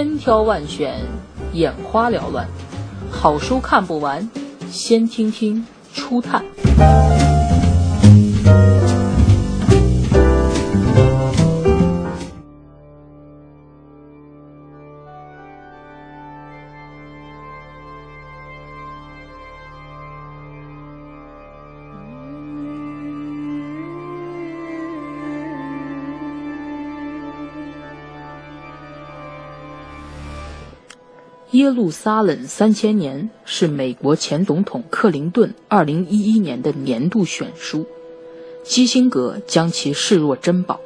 千挑万选，眼花缭乱，好书看不完，先听听初探。耶路撒冷3000年是美国前总统克林顿2011年的年度选书，基辛格将其视若珍宝。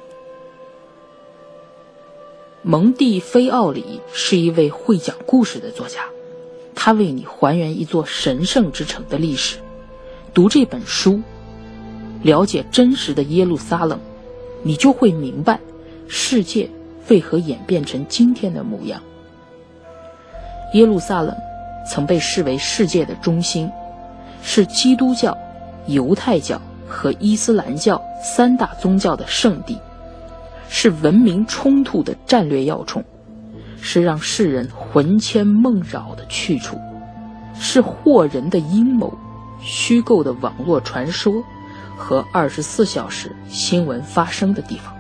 蒙蒂菲奥里是一位会讲故事的作家，他为你还原一座神圣之城的历史。读这本书，了解真实的耶路撒冷，你就会明白世界为何演变成今天的模样。耶路撒冷曾被视为世界的中心，是基督教、犹太教和伊斯兰教3大宗教的圣地，是文明冲突的战略要冲，是让世人魂牵梦绕的去处，是惑人的阴谋、虚构的网络传说和24小时新闻发生的地方。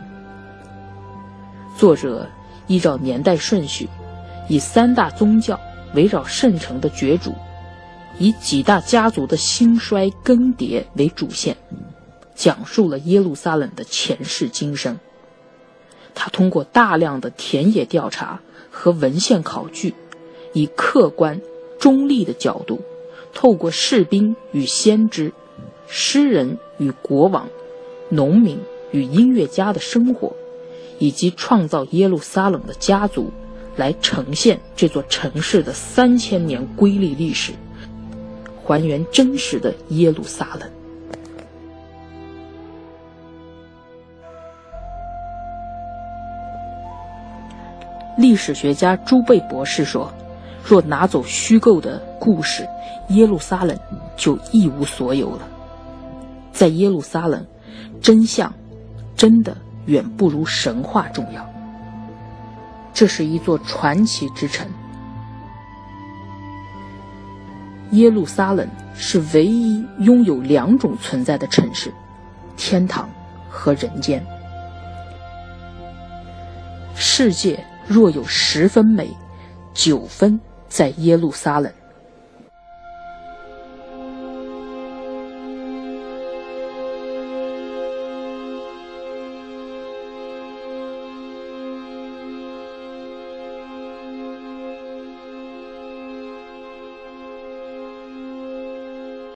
作者依照年代顺序，以3大宗教围绕圣城的角逐，以几大家族的兴衰更迭为主线，讲述了耶路撒冷的前世今生。他通过大量的田野调查和文献考据，以客观中立的角度，透过士兵与先知、诗人与国王、农民与音乐家的生活，以及创造耶路撒冷的家族，来呈现这座城市的3000年瑰丽历史，还原真实的耶路撒冷。历史学家朱贝博士说，若拿走虚构的故事，耶路撒冷就一无所有了。在耶路撒冷，真相真的远不如神话重要。这是一座传奇之城。耶路撒冷是唯一拥有2种存在的城市，天堂和人间。世界若有10分美，9分在耶路撒冷。